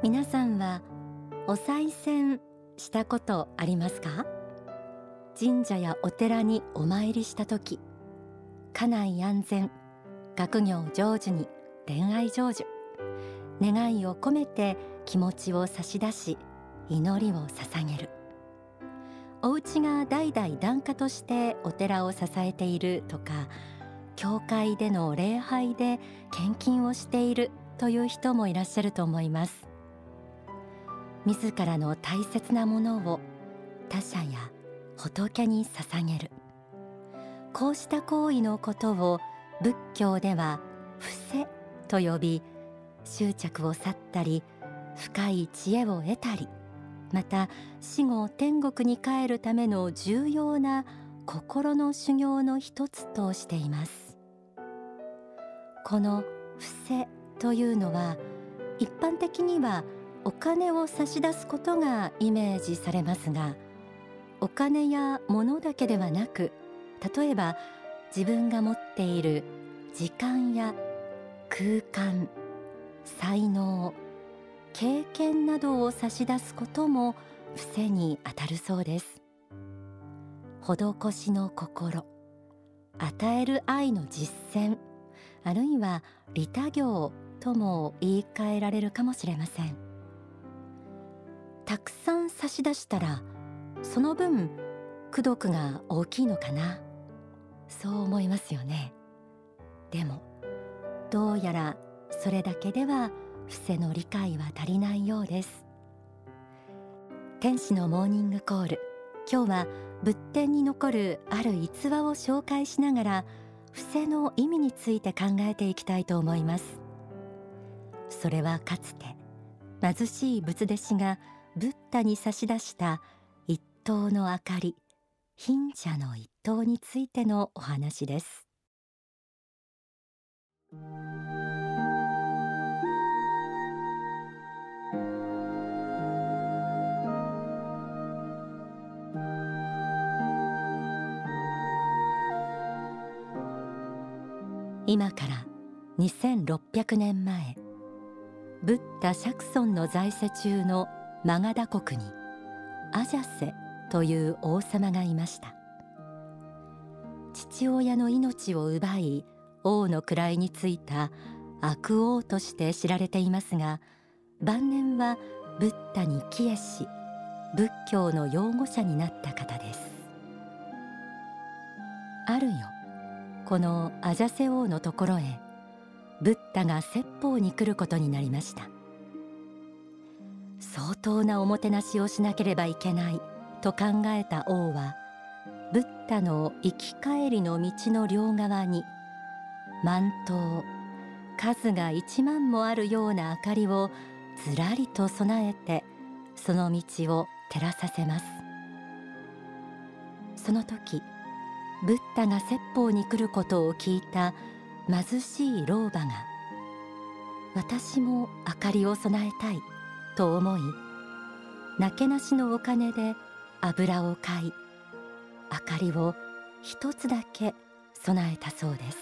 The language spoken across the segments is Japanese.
皆さんはお賽銭したことありますか？神社やお寺にお参りしたとき、家内安全、学業成就に恋愛成就、願いを込めて気持ちを差し出し、祈りを捧げる。お家が代々檀家としてお寺を支えているとか、教会での礼拝で献金をしているという人もいらっしゃると思います。自らの大切なものを他者や仏に捧げる、こうした行為のことを仏教では布施と呼び、執着を去ったり深い知恵を得たり、また死後天国に帰るための重要な心の修行の一つとしています。この布施というのは、一般的にはお金を差し出すことがイメージされますが、お金や物だけではなく、例えば自分が持っている時間や空間、才能、経験などを差し出すことも布施にあたるそうです。施しの心、与える愛の実践、あるいは利他行とも言い換えられるかもしれません。たくさん差し出したら、その分功徳が大きいのかな、そう思いますよね。でもどうやらそれだけでは布施の理解は足りないようです。天使のモーニングコール、今日は仏典に残るある逸話を紹介しながら、布施の意味について考えていきたいと思います。それはかつて貧しい仏弟子がブッダに差し出した一灯の明かり、貧者の一灯についてのお話です。今から2600年前、ブッダ釈尊の在世中のマガダ国にアジャセという王様がいました。父親の命を奪い王の位についた悪王として知られていますが、晩年はブッダに帰依し、仏教の擁護者になった方です。ある夜、このアジャセ王のところへブッダが説法に来ることになりました。相当なおもてなしをしなければいけないと考えた王は、ブッダの行き帰りの道の両側に万灯、数が1万もあるような明かりをずらりと備えて、その道を照らさせます。その時、ブッダが説法に来ることを聞いた貧しい老婆が、私も明かりを備えたいと思い、なけなしのお金で油を買い、明かりを一つだけ備えたそうです。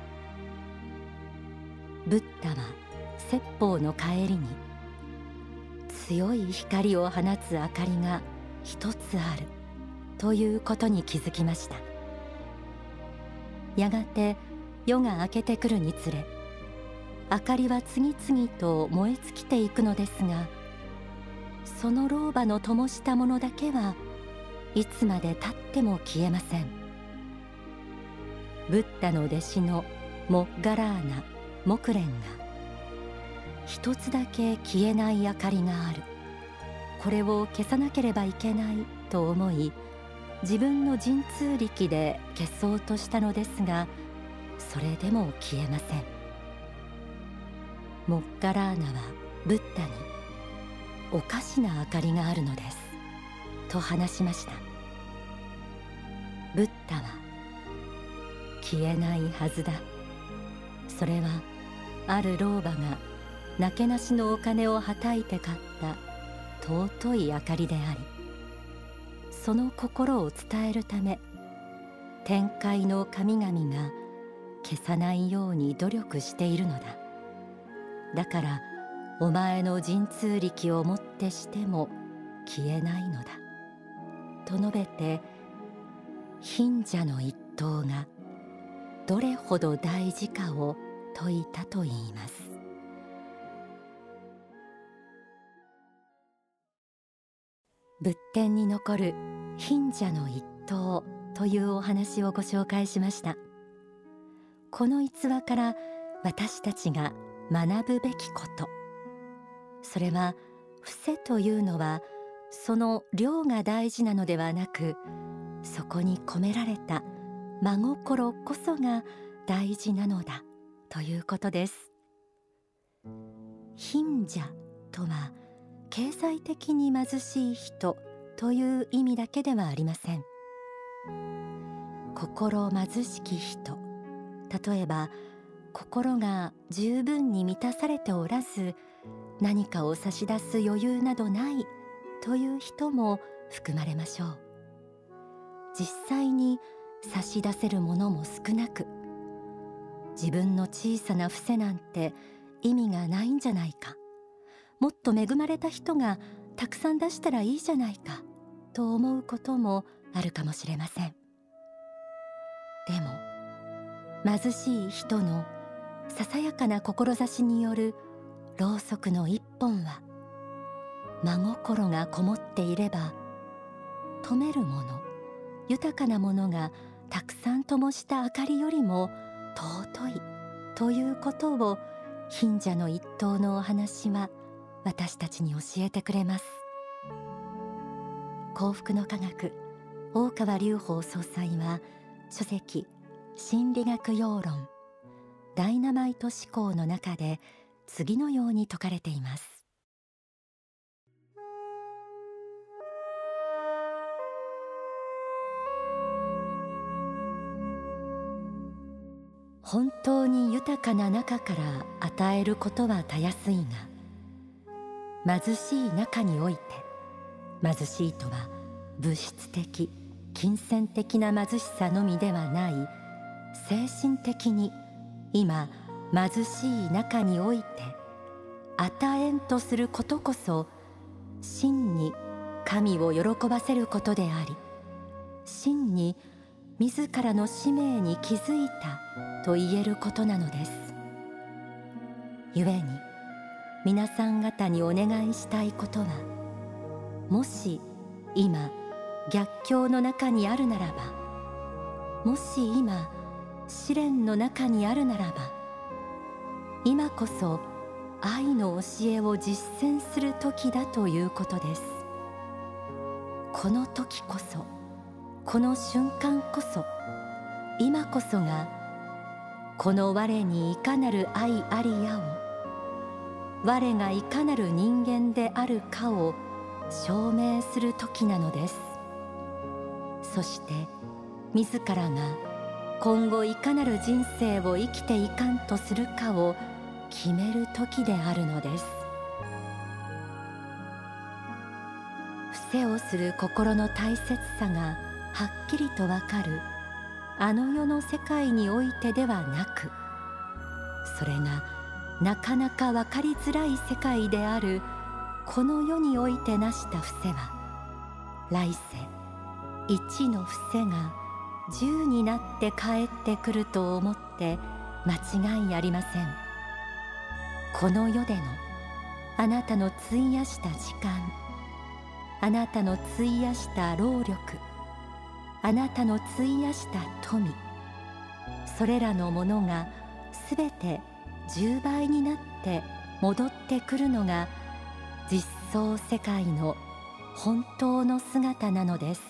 ブッダは説法の帰りに、強い光を放つ明かりが一つあるということに気づきました。やがて夜が明けてくるにつれ、明かりは次々と燃え尽きていくのですが、その老婆の灯したものだけはいつまで経っても消えません。ブッダの弟子のモッガラーナ・モクレンが、一つだけ消えない明かりがある、これを消さなければいけないと思い、自分の神通力で消そうとしたのですが、それでも消えません。モッガラーナはブッダに、おかしな明かりがあるのですと話しました。ブッダは、消えないはずだ、それはある老婆がなけなしのお金をはたいて買った尊い明かりであり、その心を伝えるため、天界の神々が消さないように努力しているのだ。だからお前の神通力をもってしても消えないのだと述べて、貧者の一刀がどれほど大事かを説いたといいます。仏典に残る貧者の一刀というお話をご紹介しました。この逸話から私たちが学ぶべきこと、それは伏せというのはその量が大事なのではなく、そこに込められた真心こそが大事なのだということです。貧者とは経済的に貧しい人という意味だけではありません。心貧しき人、例えば心が十分に満たされておらず、何かを差し出す余裕などないという人も含まれましょう。実際に差し出せるものも少なく、自分の小さな伏せなんて意味がないんじゃないか、もっと恵まれた人がたくさん出したらいいじゃないかと思うこともあるかもしれません。でも貧しい人のささやかな志によるろうそくの一本は、真心がこもっていれば、灯るもの、豊かなものがたくさん灯した明かりよりも尊いということを、貧者の一刀のお話は私たちに教えてくれます。幸福の科学、大川隆法総裁は書籍心理学要論ダイナマイト思考の中で次のように説かれています。本当に豊かな中から与えることはたやすいが、貧しい中において、貧しいとは物質的金銭的な貧しさのみではない、精神的に今貧しい中において与えんとすることこそ、真に神を喜ばせることであり、真に自らの使命に気づいたと言えることなのです。ゆえに皆さん方にお願いしたいことは、もし今逆境の中にあるならば、もし今試練の中にあるならば、今こそ愛の教えを実践する時だということです。この時こそ、この瞬間こそ、今こそが、この我にいかなる愛ありやを、我がいかなる人間であるかを証明する時なのです。そして自らが今後いかなる人生を生きていかんとするかを決める時であるのです。伏せをする心の大切さがはっきりとわかるあの世の世界においてではなく、それがなかなかわかりづらい世界であるこの世においてなした伏せは、来世1の伏せが10になって帰ってくると思って間違いありません。この世でのあなたの費やした時間、あなたの費やした労力、あなたの費やした富、それらのものがすべて10倍になって戻ってくるのが実相世界の本当の姿なのです。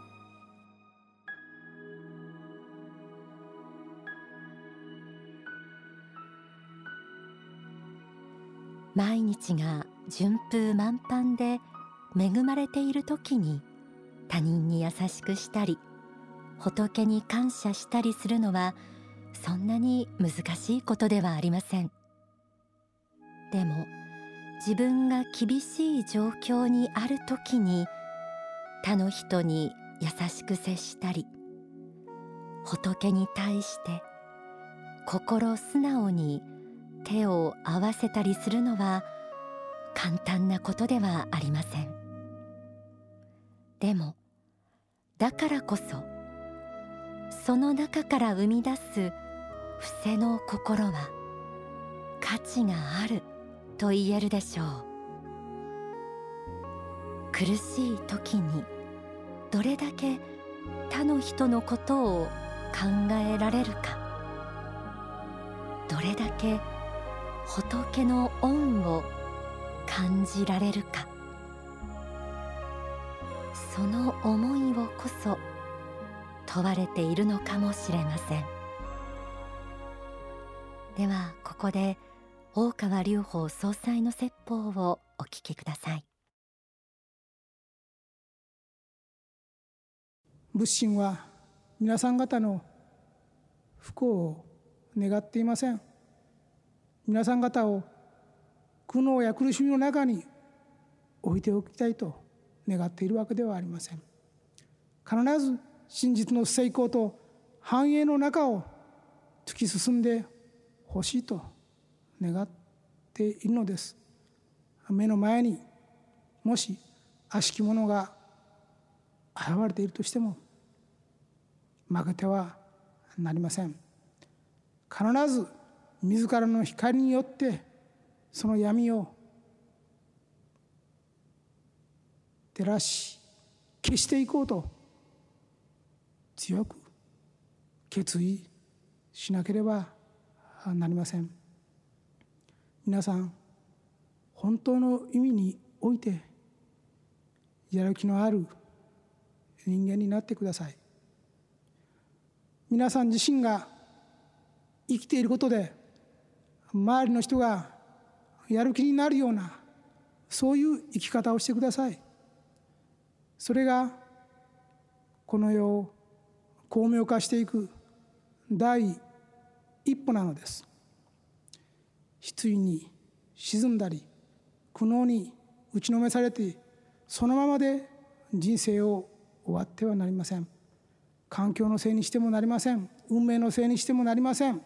毎日が順風満帆で恵まれている時に他人に優しくしたり、仏に感謝したりするのはそんなに難しいことではありません。でも自分が厳しい状況にある時に他の人に優しく接したり、仏に対して心素直に手を合わせたりするのは簡単なことではありません。でもだからこそ、その中から生み出す伏せの心は価値があると言えるでしょう。苦しい時にどれだけ他の人のことを考えられるか、どれだけ仏の恩を感じられるか、その思いをこそ問われているのかもしれません。ではここで大川隆法総裁の説法をお聞きください。 仏心は皆さん方の不幸を願っていません。皆さん方を苦悩や苦しみの中に置いておきたいと願っているわけではありません。必ず真実の成功と繁栄の中を突き進んでほしいと願っているのです。目の前にもし悪しき者が現れているとしても負けてはなりません。必ず自らの光によってその闇を照らし消していこうと強く決意しなければなりません。皆さん、本当の意味においてやる気のある人間になってください。皆さん自身が生きていることで周りの人がやる気になるような、そういう生き方をしてください。それがこの世を巧妙化していく第一歩なのです。失意に沈んだり苦悩に打ちのめされてそのままで人生を終わってはなりません。環境のせいにしてもなりません。運命のせいにしてもなりません。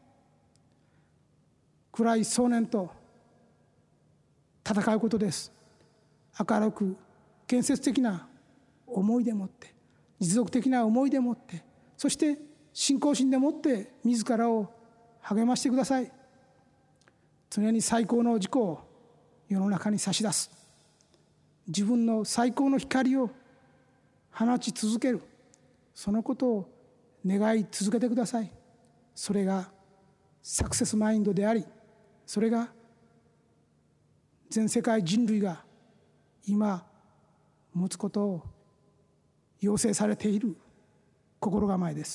暗い想念と戦うことです。明るく建設的な思いでもって、持続的な思いでもって、そして信仰心でもって自らを励ましてください。常に最高の自己を世の中に差し出す、自分の最高の光を放ち続ける、そのことを願い続けてください。それがサクセスマインドであり、それが全世界人類が今持つことを要請されている心構えです。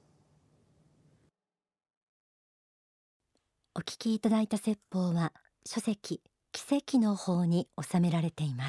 お聞きいただいた説法は書籍奇跡の法に収められています。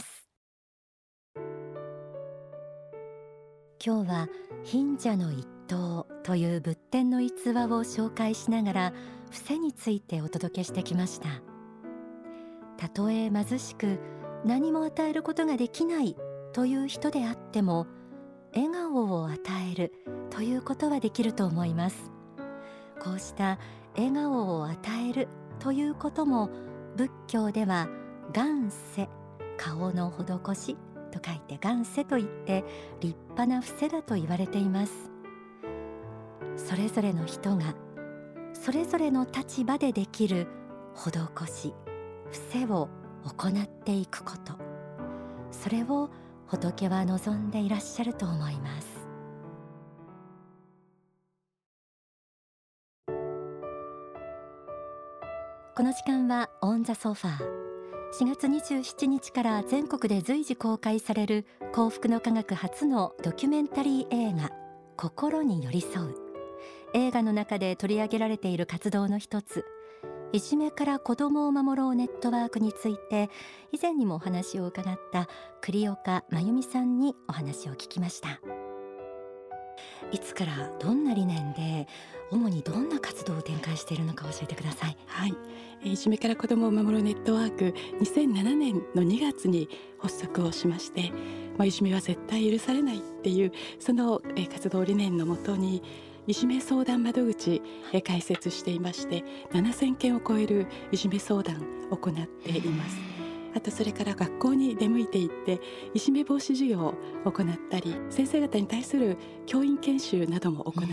今日は貧者の一刀という仏典の逸話を紹介しながら伏せについてお届けしてきました。たとえ貧しく何も与えることができないという人であっても笑顔を与えるということはできると思います。こうした笑顔を与えるということも仏教では願世、顔の施しと書いて願世といって立派な伏せだと言われています。それぞれの人がそれぞれの立場でできる施し、伏せを行っていくこと、それを仏は望んでいらっしゃると思います。この時間はオンザソファー、4月27日から全国で随時公開される幸福の科学初のドキュメンタリー映画心に寄り添う。映画の中で取り上げられている活動の一つ、いじめから子どもを守ろうネットワークについて以前にもお話を伺った栗岡真由美さんにお話を聞きました。いつからどんな理念で主にどんな活動を展開しているのか教えてください。 はい、いじめから子どもを守るネットワーク2007年の2月に発足をしまして、いじめは絶対許されないっていうその活動理念のもとにいじめ相談窓口開設していまして、7000件を超えるいじめ相談を行っています。 あとそれから学校に出向いていっていじめ防止授業を行ったり、先生方に対する教員研修なども行って、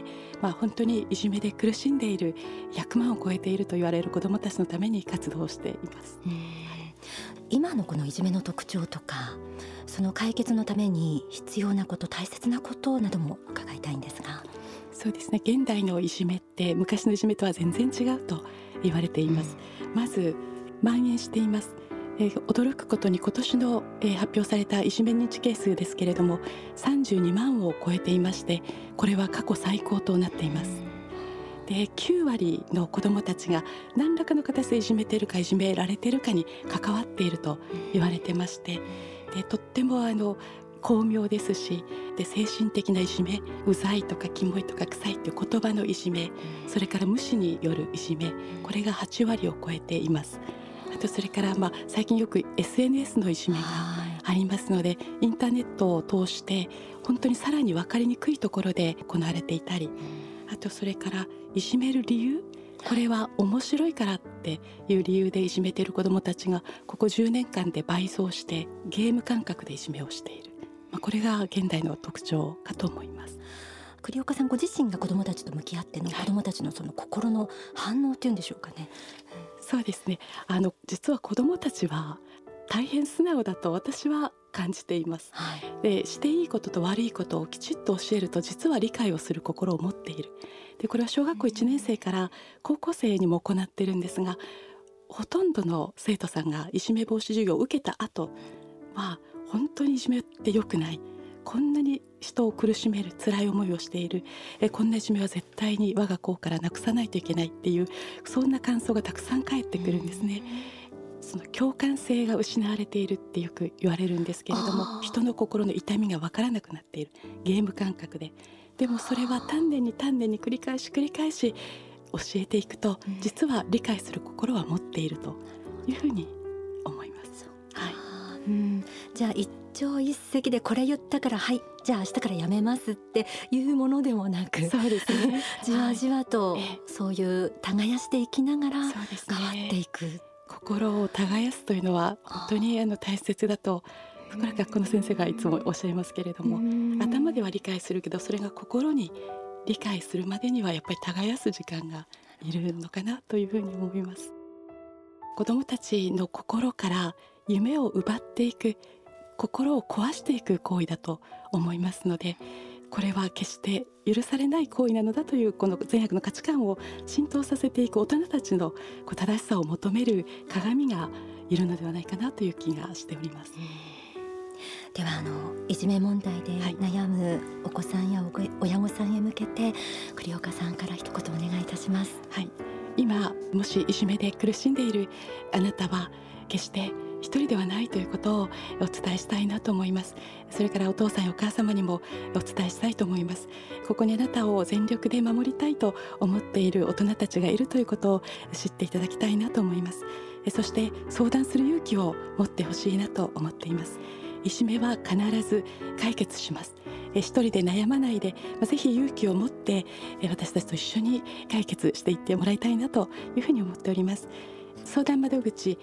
本当にいじめで苦しんでいる100万を超えていると言われる子どもたちのために活動しています。 今のこのいじめの特徴とか、その解決のために必要なこと、大切なことなども伺いたいんですが。 そうですね、現代のいじめって昔のいじめとは全然違うと言われています。まず蔓延しています。驚くことに今年の、発表されたいじめ認知件数ですけれども32万を超えていまして、これは過去最高となっています。で、9割の子どもたちが何らかの形でいじめているかいじめられているかに関わっていると言われてまして、でとっても巧妙ですし、で精神的ないじめ、うざいとかキモいとか臭いという言葉のいじめ、それから無視によるいじめ、これが8割を超えています。あとそれから最近よく SNS のいじめがありますので、インターネットを通して本当にさらに分かりにくいところで行われていたり、あとそれからいじめる理由、これは面白いからっていう理由でいじめている子どもたちがここ10年間で倍増して、ゲーム感覚でいじめをしている、これが現代の特徴かと思います。 栗岡さんご自身が子どもたちと向き合っての子どもたちのその心の反応っていうんでしょうかね。 そうですね、実は子どもたちは大変素直だと私は感じています。で、していいことと悪いことをきちっと教えると実は理解をする心を持っている。で、これは小学校1年生から高校生にも行っているんですが、ほとんどの生徒さんがいじめ防止授業を受けた後は本当にいじめって良くない、こんなに人を苦しめる辛い思いをしている、こんないじめは絶対に我が校からなくさないといけないっていう、そんな感想がたくさん返ってくるんですね。その共感性が失われているってよく言われるんですけれども、人の心の痛みが分からなくなっている、ゲーム感覚で。でもそれは丹念に繰り返し教えていくと、実は理解する心は持っているというふうに思います。 じゃあ一朝一夕でこれ言ったからじゃあ明日からやめますっていうものでもなく、 そうですねじわじわとそういう耕していきながら変わっていく、 心を耕すというのは本当に大切だと僕ら学校の先生がいつもおっしゃいますけれども、頭では理解するけどそれが心に理解するまでにはやっぱり耕す時間がいるのかなというふうに思います。子どもたちの心から夢を奪っていく、心を壊していく行為だと思いますので、これは決して許されない行為なのだというこの善悪の価値観を浸透させていく大人たちの正しさを求める鏡がいるのではないかなという気がしております。 ではいじめ問題で悩むお子さんや親御さんへ向けて栗岡さんから一言お願いいたします。 今もしいじめで苦しんでいるあなたは決して一人ではないということをお伝えしたいなと思います。それからお父さんやお母様にもお伝えしたいと思います。ここにあなたを全力で守りたいと思っている大人たちがいるということを知っていただきたいなと思います。そして相談する勇気を持ってほしいなと思っています。いじめは必ず解決します。一人で悩まないで、ぜひ勇気を持って私たちと一緒に解決していってもらいたいなというふうに思っております。相談窓口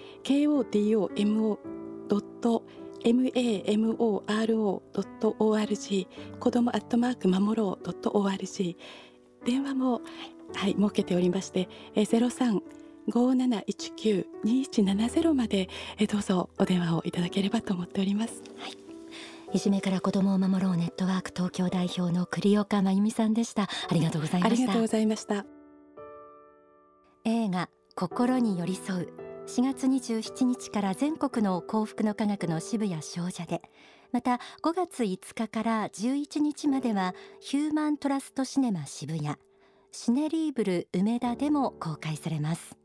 kodomo.mamoro.org 子ども守ろう .org 電話も、設けておりまして、0357192170までどうぞお電話をいただければと思っております。 いじめから子どもを守ろうネットワーク東京代表の栗岡真由美さんでした。ありがとうございました。 ありがとうございました。 映画心に寄り添う4月27日から全国の幸福の科学の渋谷商社で、また5月5日から11日まではヒューマントラストシネマ渋谷、シネリーブル梅田でも公開されます。